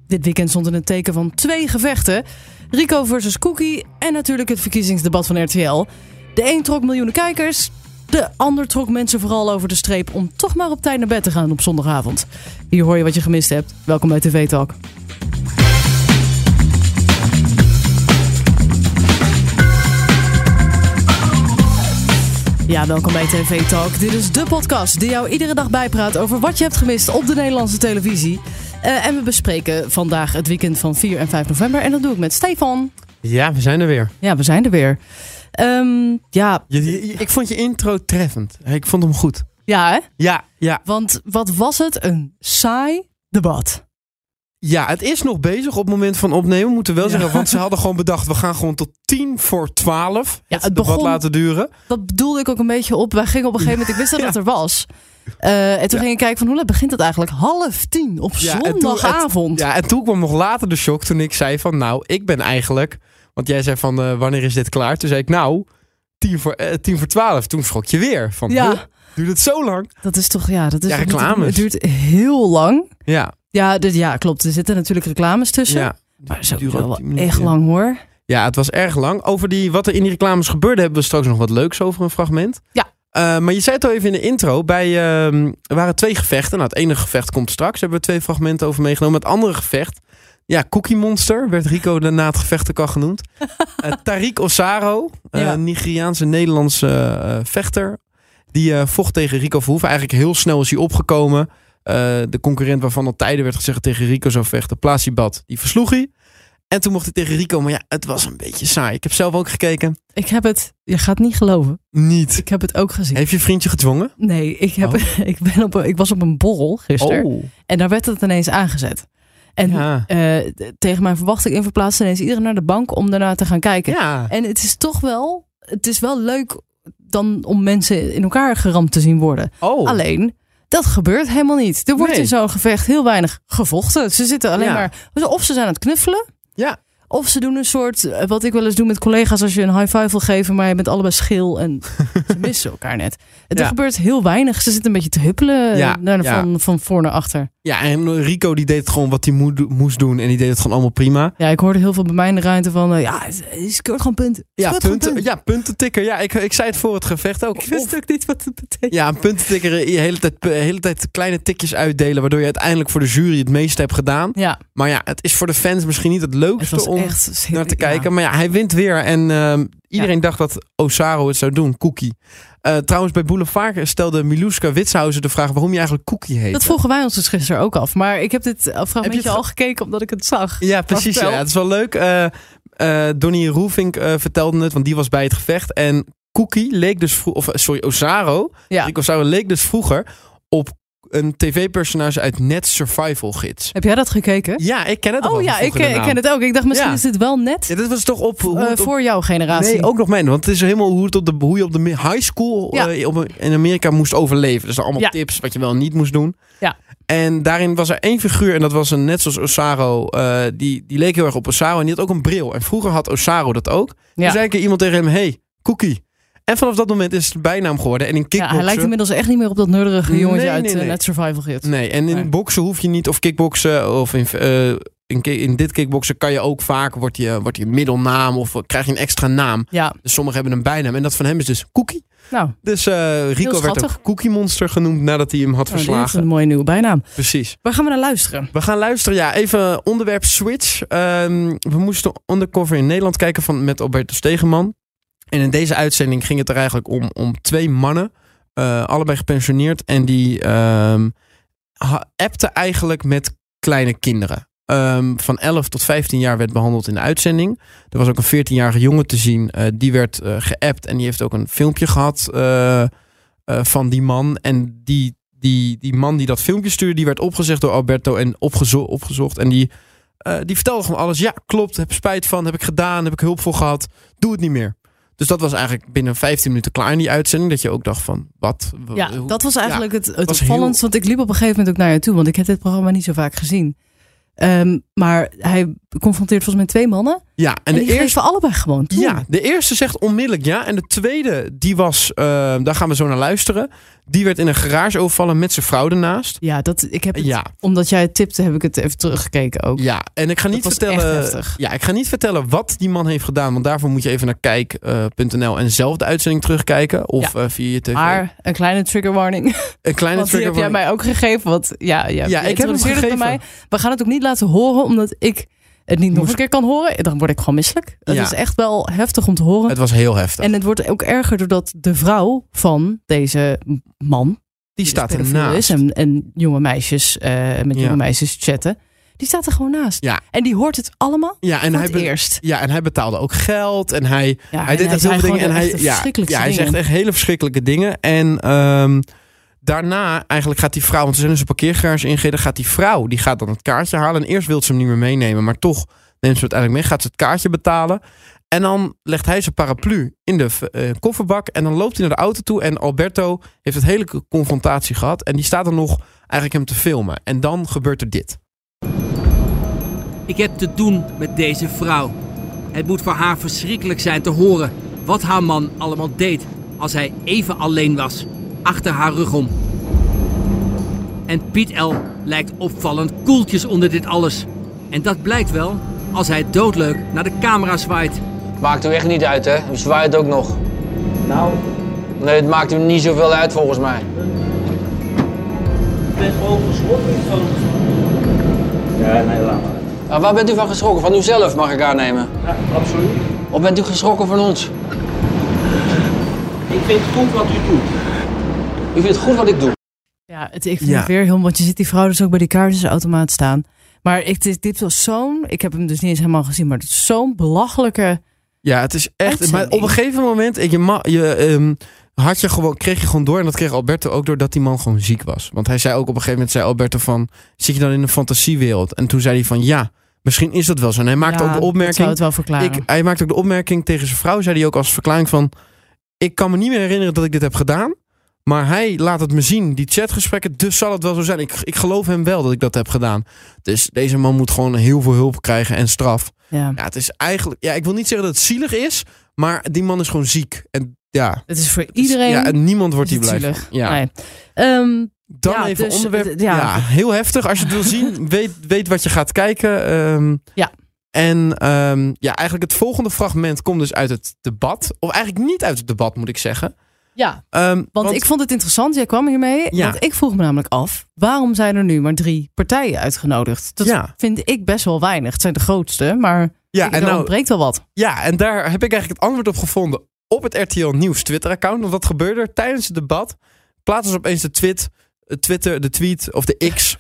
Dit weekend stond in het teken van 2 gevechten. Rico versus Cookie en natuurlijk het verkiezingsdebat van RTL. De een trok miljoenen kijkers, de ander trok mensen vooral over de streep om toch maar op tijd naar bed te gaan op zondagavond. Hier hoor je wat je gemist hebt. Welkom bij TV Talk. Ja, welkom bij TV Talk. Dit is de podcast die jou iedere dag bijpraat over wat je hebt gemist op de Nederlandse televisie. En we bespreken vandaag het weekend van 4 en 5 november. En dat doe ik met Stefan. Ja, we zijn er weer. Ja, we zijn er weer. Ik vond je intro treffend. Ik vond hem goed. Ja, hè? Ja. Want wat was het? Een saai debat. Ja, het is nog bezig op het moment van opnemen. Moeten we wel zeggen, want ze hadden gewoon bedacht, we gaan gewoon tot 11:50 het debat laten duren. Dat bedoelde ik ook een beetje op. Wij gingen op een gegeven moment, ik wist dat het er was. En toen ging ik kijken van hoe laat begint het eigenlijk? 9:30 op zondagavond. En toen kwam nog later de shock toen ik zei van nou, ik ben eigenlijk... Want jij zei van wanneer is dit klaar? Toen zei ik nou, 11:50. Toen schrok je weer van duurt het zo lang? Dat is toch, dat is reclames. Het duurt heel lang. Ja. Ja, klopt. Er zitten natuurlijk reclames tussen. Ja. Maar zo duurt wel echt lang hoor. Ja, het was erg lang. Over wat er in die reclames gebeurde hebben we straks nog wat leuks over een fragment. Ja. Maar je zei het al even in de intro. Er waren 2 gevechten. Nou, het ene gevecht komt straks. Daar hebben we 2 fragmenten over meegenomen. Het andere gevecht, Cookie Monster, werd Rico na het gevecht ook al genoemd. Tariq Osaro, Nigeriaanse-Nederlandse vechter. Die vocht tegen Rico Verhoeven. Eigenlijk heel snel is hij opgekomen. De concurrent waarvan al tijden werd gezegd tegen Rico zou vechten, Plasibat, die versloeg hij. En toen mocht hij tegen Rico, maar het was een beetje saai. Ik heb zelf ook gekeken. Je gaat niet geloven. Niet. Ik heb het ook gezien. Heeft je vriendje gedwongen? Nee, ik was op een borrel gisteren. Oh. En daar werd het ineens aangezet. En tegen mijn verwachting in verplaatste ineens iedereen naar de bank om daarna te gaan kijken. Ja. En het is wel leuk dan om mensen in elkaar geramd te zien worden. Oh. Alleen, dat gebeurt helemaal niet. Er wordt in zo'n gevecht heel weinig gevochten. Ze zitten alleen maar... Of ze zijn aan het knuffelen. Ja. Of ze doen een soort... Wat ik wel eens doe met collega's als je een high five wil geven, maar je bent allebei schil en ze missen elkaar net. Er gebeurt heel weinig. Ze zitten een beetje te huppelen van voor naar achter. Ja, en Rico die deed gewoon wat hij moest doen en die deed het gewoon allemaal prima. Ja, ik hoorde heel veel bij mij in de ruimte van... hij scoort gewoon punten. Puntentikker. Ja, ik zei het voor het gevecht ook. Ik wist ook niet wat het betekent. Ja, een puntentikker, de hele tijd kleine tikjes uitdelen, waardoor je uiteindelijk voor de jury het meeste hebt gedaan. Ja. Maar het is voor de fans misschien niet het leukste om naar te kijken. Ja. Maar hij wint weer en iedereen dacht dat Osaro het zou doen, Cookie. Trouwens, bij Boulevard stelde Miluska Witshausen de vraag waarom je eigenlijk Cookie heet. Dat vroegen wij ons dus gisteren ook af. Maar ik heb dit fragmentje al gekeken omdat ik het zag. Ja, precies. Ja, het is wel leuk. Donnie Roelvink vertelde het, want die was bij het gevecht. En Cookie leek dus Osaro. Ja. Rico Osaro leek dus vroeger op een tv-personage uit Net Survival Gids. Heb jij dat gekeken? Ja, ik ken het ook. Oh ja, ik ken het ook. Ik dacht misschien is dit wel net. Ja, dit was toch voor jouw generatie. Nee, ook nog mijn. Want het is helemaal hoe je op de high school in Amerika moest overleven. Dus allemaal tips wat je wel niet moest doen. Ja. En daarin was er 1 figuur en dat was net zoals Osaro. Die leek heel erg op Osaro en die had ook een bril. En vroeger had Osaro dat ook. Ja. Toen zei ik iemand tegen hem, hey, Cookie. En vanaf dat moment is het bijnaam geworden. En in kickboksen... hij lijkt inmiddels echt niet meer op dat nudderige jongetje uit Net Survival Gids. Nee, en in boksen hoef je niet, of kickboksen, of in dit kickboksen kan je ook vaak, wordt je middelnaam of krijg je een extra naam. Ja. Dus sommigen hebben een bijnaam. En dat van hem is dus Cookie. Nou, dus Rico werd ook Cookie Monster genoemd nadat hij hem had verslagen. Dat is een mooie nieuwe bijnaam. Precies. Waar gaan we naar luisteren? We gaan luisteren, even onderwerp switch. We moesten Undercover in Nederland kijken met Alberto Stegeman. En in deze uitzending ging het er eigenlijk om 2 mannen. Allebei gepensioneerd. En die appten eigenlijk met kleine kinderen. Van 11 tot 15 jaar werd behandeld in de uitzending. Er was ook een 14-jarige jongen te zien. Die werd geappt. En die heeft ook een filmpje gehad van die man. En die man die dat filmpje stuurde, die werd opgezegd door Alberto en opgezocht. En die vertelde gewoon alles. Ja, klopt. Heb spijt van. Heb ik gedaan. Heb ik hulp voor gehad. Doe het niet meer. Dus dat was eigenlijk binnen 15 minuten klaar in die uitzending. Dat je ook dacht van, wat? Ja, dat was eigenlijk het opvallendst. Want ik liep op een gegeven moment ook naar je toe. Want ik heb dit programma niet zo vaak gezien. Maar hij confronteert volgens mij 2 mannen. Ja, en die geven allebei gewoon toe. Ja, de eerste zegt onmiddellijk ja. En de tweede, die was, daar gaan we zo naar luisteren. Die werd in een garage overvallen met zijn vrouw ernaast. Ja, omdat jij het tipte, heb ik het even teruggekeken ook. Ja, en ik ga niet vertellen. Ja, ik ga niet vertellen wat die man heeft gedaan. Want daarvoor moet je even naar kijk.nl en zelf de uitzending terugkijken. Of via je tv. Maar een kleine trigger warning. Een kleine trigger warning. Die heb jij mij ook gegeven. Want ik heb het gegeven. Bij mij. We gaan het ook niet laten horen, omdat ik het niet nog een keer kan horen. Dan word ik gewoon misselijk. Het is echt wel heftig om te horen. Het was heel heftig. En het wordt ook erger doordat de vrouw van deze man, die staat ernaast. En jonge meisjes met jonge meisjes chatten. Die staat er gewoon naast. Ja. En die hoort het allemaal eerst. Ja, en hij betaalde ook geld. En hij deed dat heel veel dingen. En hij zegt echt hele verschrikkelijke dingen. En daarna eigenlijk gaat die vrouw, want ze zijn dus een parkeergarage ingereden, gaat die vrouw, die gaat dan het kaartje halen. En eerst wil ze hem niet meer meenemen, maar toch neemt ze het uiteindelijk mee. Gaat ze het kaartje betalen. En dan legt hij zijn paraplu in de kofferbak. En dan loopt hij naar de auto toe. En Alberto heeft het hele confrontatie gehad. En die staat er nog eigenlijk hem te filmen. En dan gebeurt er dit. Ik heb te doen met deze vrouw. Het moet voor haar verschrikkelijk zijn te horen wat haar man allemaal deed als hij even alleen was, achter haar rug om. En Piet L. lijkt opvallend koeltjes onder dit alles. En dat blijkt wel als hij doodleuk naar de camera zwaait. Maakt u echt niet uit, hè? U zwaait ook nog. Nou? Nee, het maakt u niet zoveel uit volgens mij. Ik ben gewoon geschrokken van... Ja, nee, laat maar. Waar bent u van geschrokken? Van uzelf mag ik aannemen? Ja, absoluut. Of bent u geschrokken van ons? Ik vind het goed wat u doet. U vindt het goed wat ik doe? Ja, ik vind het weer heel... Want je ziet die vrouw dus ook bij die kaartjesautomaat staan. Maar dit was zo'n... Ik heb hem dus niet eens helemaal gezien. Maar het is zo'n belachelijke... Ja, het is echt... Maar op een gegeven moment... kreeg je gewoon door. En dat kreeg Alberto ook door dat die man gewoon ziek was. Want hij zei ook op een gegeven moment... zei Alberto van... Zit je dan in een fantasiewereld? En toen zei hij van... Ja, misschien is dat wel zo. En hij maakte ook de opmerking... zou het wel verklaren. Hij maakte ook de opmerking tegen zijn vrouw. Zei hij ook als verklaring van... Ik kan me niet meer herinneren dat ik dit heb gedaan. Maar hij laat het me zien, die chatgesprekken. Dus zal het wel zo zijn. Ik geloof hem wel dat ik dat heb gedaan. Dus deze man moet gewoon heel veel hulp krijgen en straf. Ja, het is eigenlijk... Ja, ik wil niet zeggen dat het zielig is. Maar die man is gewoon ziek. En ja... Het is voor iedereen... Ja, en niemand wordt hier blij van. Ja. Nee. Dan even dus, onderwerp. Heel heftig. Als je het wil zien, weet wat je gaat kijken. Ja. En eigenlijk het volgende fragment komt dus uit het debat. Of eigenlijk niet uit het debat, moet ik zeggen. Ja, want ik vond het interessant. Jij kwam hiermee. Ja. Want ik vroeg me namelijk af, waarom zijn er nu maar 3 partijen uitgenodigd? Dat vind ik best wel weinig. Het zijn de grootste, maar er ontbreekt wel wat. Ja, en daar heb ik eigenlijk het antwoord op gevonden op het RTL Nieuws Twitter-account. Want wat gebeurde er tijdens het debat? Plaatsen ze opeens de tweet of de X.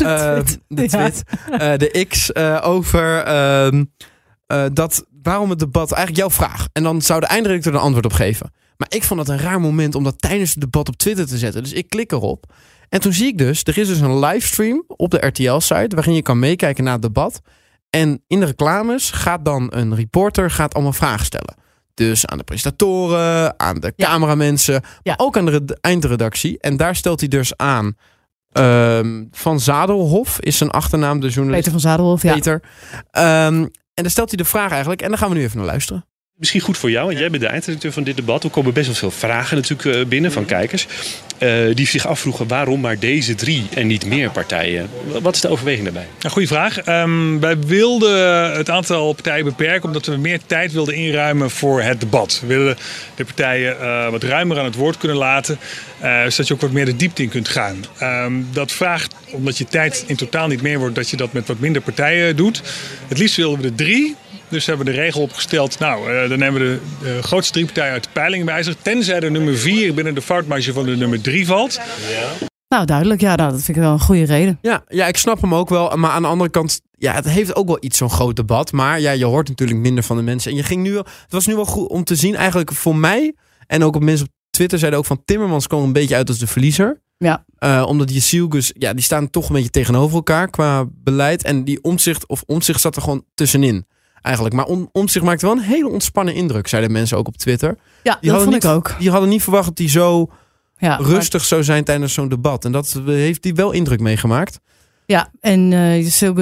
De X over waarom het debat, eigenlijk jouw vraag. En dan zou de eindredacteur er een antwoord op geven. Maar ik vond het een raar moment om dat tijdens het debat op Twitter te zetten. Dus ik klik erop. En toen zie ik dus, er is dus een livestream op de RTL-site... waarin je kan meekijken naar het debat. En in de reclames gaat dan een reporter allemaal vragen stellen. Dus aan de presentatoren, aan de cameramensen... maar ook aan de eindredactie. En daar stelt hij dus aan... Van Zadelhof is zijn achternaam, de journalist. Peter van Zadelhof, ja. Peter. En dan stelt hij de vraag eigenlijk... en daar gaan we nu even naar luisteren. Misschien goed voor jou, want jij bent de eindredacteur van dit debat. Er komen best wel veel vragen natuurlijk binnen van kijkers. Die zich afvroegen waarom maar deze 3 en niet meer partijen. Wat is de overweging daarbij? Een goede vraag. Wij wilden het aantal partijen beperken omdat we meer tijd wilden inruimen voor het debat. We willen de partijen wat ruimer aan het woord kunnen laten. Zodat je ook wat meer de diepte in kunt gaan. Dat vraagt, omdat je tijd in totaal niet meer wordt, dat je dat met wat minder partijen doet. Het liefst wilden we er 3. Dus hebben we de regel opgesteld. Dan nemen we de grootste 3 partijen uit de peiling bij zich. Tenzij de nummer 4 binnen de foutmarge van de nummer 3 valt. Ja. Nou, duidelijk. Ja, dat vind ik wel een goede reden. Ja, ik snap hem ook wel. Maar aan de andere kant, het heeft ook wel iets zo'n groot debat. Maar je hoort natuurlijk minder van de mensen. En het was nu wel goed om te zien, eigenlijk voor mij. En ook op mensen op Twitter zeiden ook van Timmermans kwam een beetje uit als de verliezer. Ja. Omdat die Sielgus, die staan toch een beetje tegenover elkaar qua beleid. En die Omtzigt zat er gewoon tussenin. Eigenlijk. Maar Omtzigt maakte wel een hele ontspannen indruk, zeiden mensen ook op Twitter. Ja, dat vond ik ook. Die hadden niet verwacht dat hij zo rustig zou zijn tijdens zo'n debat. En dat heeft hij wel indruk meegemaakt. Ja, en Sielgus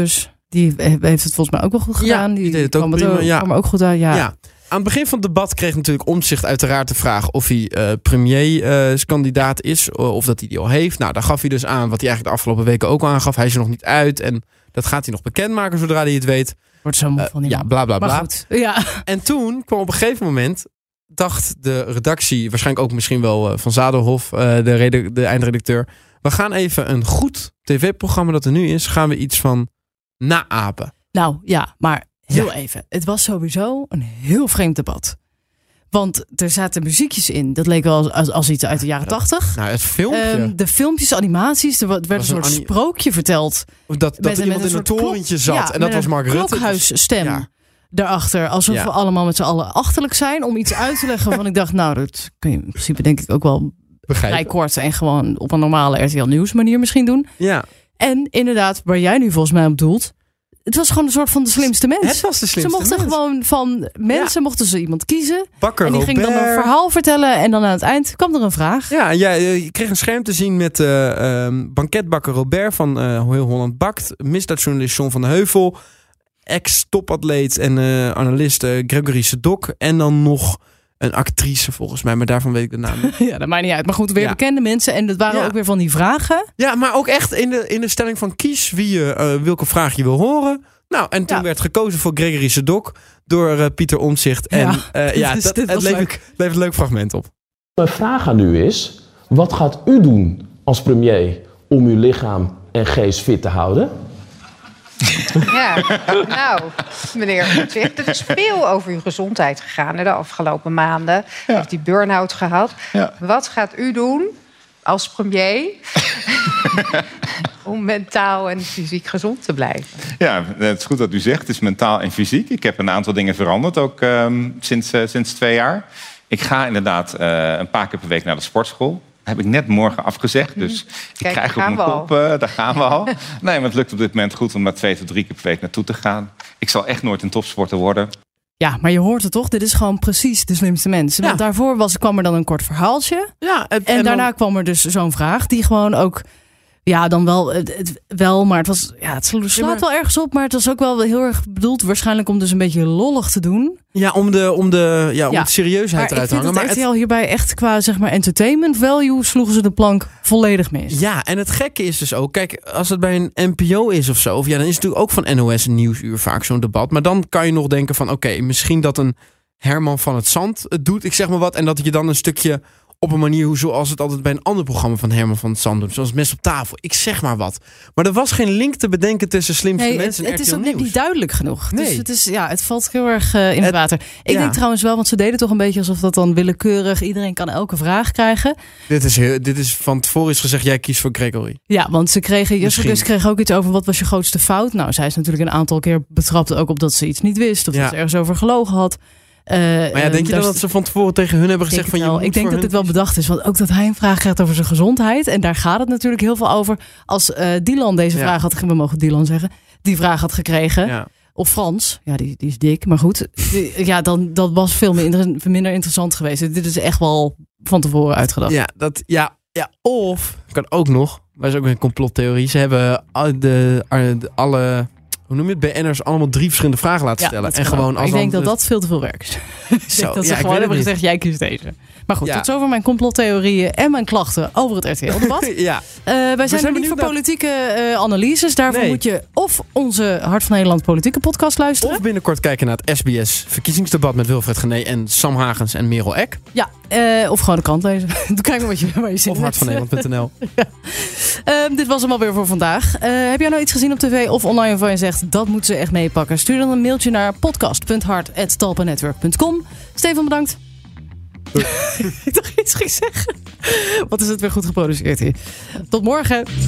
Die heeft het volgens mij ook wel goed gedaan. Die deed het ook prima. kwam ook goed uit, ja. Aan het begin van het debat kreeg natuurlijk Omtzigt uiteraard de vraag of hij premierskandidaat is. Of dat hij die al heeft. Nou, daar gaf hij dus aan wat hij eigenlijk de afgelopen weken ook al aangaf. Hij is er nog niet uit en dat gaat hij nog bekendmaken zodra hij het weet. Wordt zo moe van die man. Bla bla bla. Maar goed, ja. En toen kwam op een gegeven moment, dacht de redactie, waarschijnlijk ook misschien wel Van Zadelhof, de eindredacteur. We gaan even een goed tv-programma dat er nu is, gaan we iets van naapen. Nou ja, maar heel even. Het was sowieso een heel vreemd debat. Want er zaten muziekjes in. Dat leek wel als iets uit de jaren 80. Nou, het filmpje. De filmpjes, animaties. Er werd een soort sprookje verteld. Dat iemand in een torentje zat. En dat was Mark Rutte. Klokhuisstem daarachter. Alsof we allemaal met z'n allen achterlijk zijn. Om iets uit te leggen van ik dacht, nou, dat kun je in principe denk ik ook wel vrij kort. En gewoon op een normale RTL Nieuws manier misschien doen. Ja. En inderdaad, waar jij nu volgens mij op doelt. Het was gewoon een soort van de slimste mens. Het was de slimste mens. Ze mochten gewoon van mensen mochten ze iemand kiezen. Bakker en die Robert. ging dan een verhaal vertellen. En dan aan het eind kwam er een vraag. Ja, je kreeg een scherm te zien met banketbakker Robert van Heel Holland Bakt. Misdaadjournalist John van de Heuvel. Ex-topatleet en analist Gregory Sedok. En dan nog een actrice volgens mij, maar daarvan weet ik de naam niet. Ja, dat maakt niet uit. Maar goed, weer bekende mensen. En dat waren ook weer van die vragen. Ja, maar ook echt in de stelling van kies welke vraag je wil horen. Nou, en toen werd gekozen voor Gregory Sedok door Pieter Omtzigt. En het levert een leuk fragment op. Mijn vraag aan u is, wat gaat u doen als premier om uw lichaam en geest fit te houden? Ja, nou, meneer Omtzigt, er is veel over uw gezondheid gegaan de afgelopen maanden. U heeft die burn-out gehad. Ja. Wat gaat u doen als premier om mentaal en fysiek gezond te blijven? Ja, het is goed dat u zegt. Het is mentaal en fysiek. Ik heb een aantal dingen veranderd, ook sinds 2 jaar. Ik ga inderdaad een paar keer per week naar de sportschool. Heb ik net morgen afgezegd, dus ik krijg op mijn kop, daar gaan we al. Nee, maar het lukt op dit moment goed om maar 2 tot 3 keer per week naartoe te gaan. Ik zal echt nooit een topsporter worden. Ja, maar je hoort het toch? Dit is gewoon precies de slimste mensen. Want daarvoor kwam er dan een kort verhaaltje. Ja, en daarna kwam er dus zo'n vraag die gewoon ook... Ja, dan wel, maar het was, het slaat wel ergens op, maar het was ook wel heel erg bedoeld, waarschijnlijk om dus een beetje lollig te doen. Ja, om de serieusheid eruit te hangen. Maar RTL hierbij echt qua zeg maar entertainment value sloegen ze de plank volledig mis. Ja, en het gekke is dus ook, kijk, als het bij een NPO is of zo, dan is het natuurlijk ook van NOS een Nieuwsuur vaak zo'n debat. Maar dan kan je nog denken van, oké, misschien dat een Herman van het Zand het doet, ik zeg maar wat, en dat je dan een stukje op een manier zoals het altijd bij een ander programma van Herman van het Zand doet. Zoals Mes op tafel. Ik zeg maar wat. Maar er was geen link te bedenken tussen slimste mensen en RTL Het is ook Nieuws. niet duidelijk genoeg. Nee. Dus het valt heel erg in het water. Ik denk trouwens wel, want ze deden toch een beetje alsof dat dan willekeurig. Iedereen kan elke vraag krijgen. Dit is van tevoren is gezegd, jij kiest voor Gregory. Ja, want ze kregen ook iets over wat was je grootste fout. Nou, zij is natuurlijk een aantal keer betrapt ook op dat ze iets niet wist. Of dat ze ergens over gelogen had. Maar denk je dat ze van tevoren tegen hun hebben gezegd van je moet Ik denk dat dit wel bedacht is. Want ook dat hij een vraag krijgt over zijn gezondheid. En daar gaat het natuurlijk heel veel over. Als Dylan deze vraag had, we mogen Dylan zeggen, die vraag had gekregen. Ja. Of Frans, die is dik, maar goed. Dan dat was veel minder interessant geweest. Dit is echt wel van tevoren uitgedacht. Of kan ook nog, maar is ook een complottheorie. Ze hebben alle hoe noem je het, BN'ers allemaal 3 verschillende vragen laten stellen. En gewoon als ik denk dat dat veel te veel werk is. Dat ze gewoon hebben gezegd, jij kiest deze. Maar goed, tot zover mijn complottheorieën en mijn klachten over het RTL-debat. Wij zijn er niet voor politieke analyses. Daarvoor moet je of onze Hart van Nederland politieke podcast luisteren. Of binnenkort kijken naar het SBS verkiezingsdebat met Wilfred Genee en Sam Hagens en Merel Eck. Ja, of gewoon de krant lezen. Doe kijken waar je zit. Of hartvannederland.nl. Dit was hem alweer voor vandaag. Heb jij nou iets gezien op tv of online waarvan je zegt, dat moeten ze echt meepakken? Stuur dan een mailtje naar podcast.hart@talpanetwerk.com. Stefan, bedankt. Ik dacht iets ging zeggen. Wat is het weer goed geproduceerd hier. Tot morgen.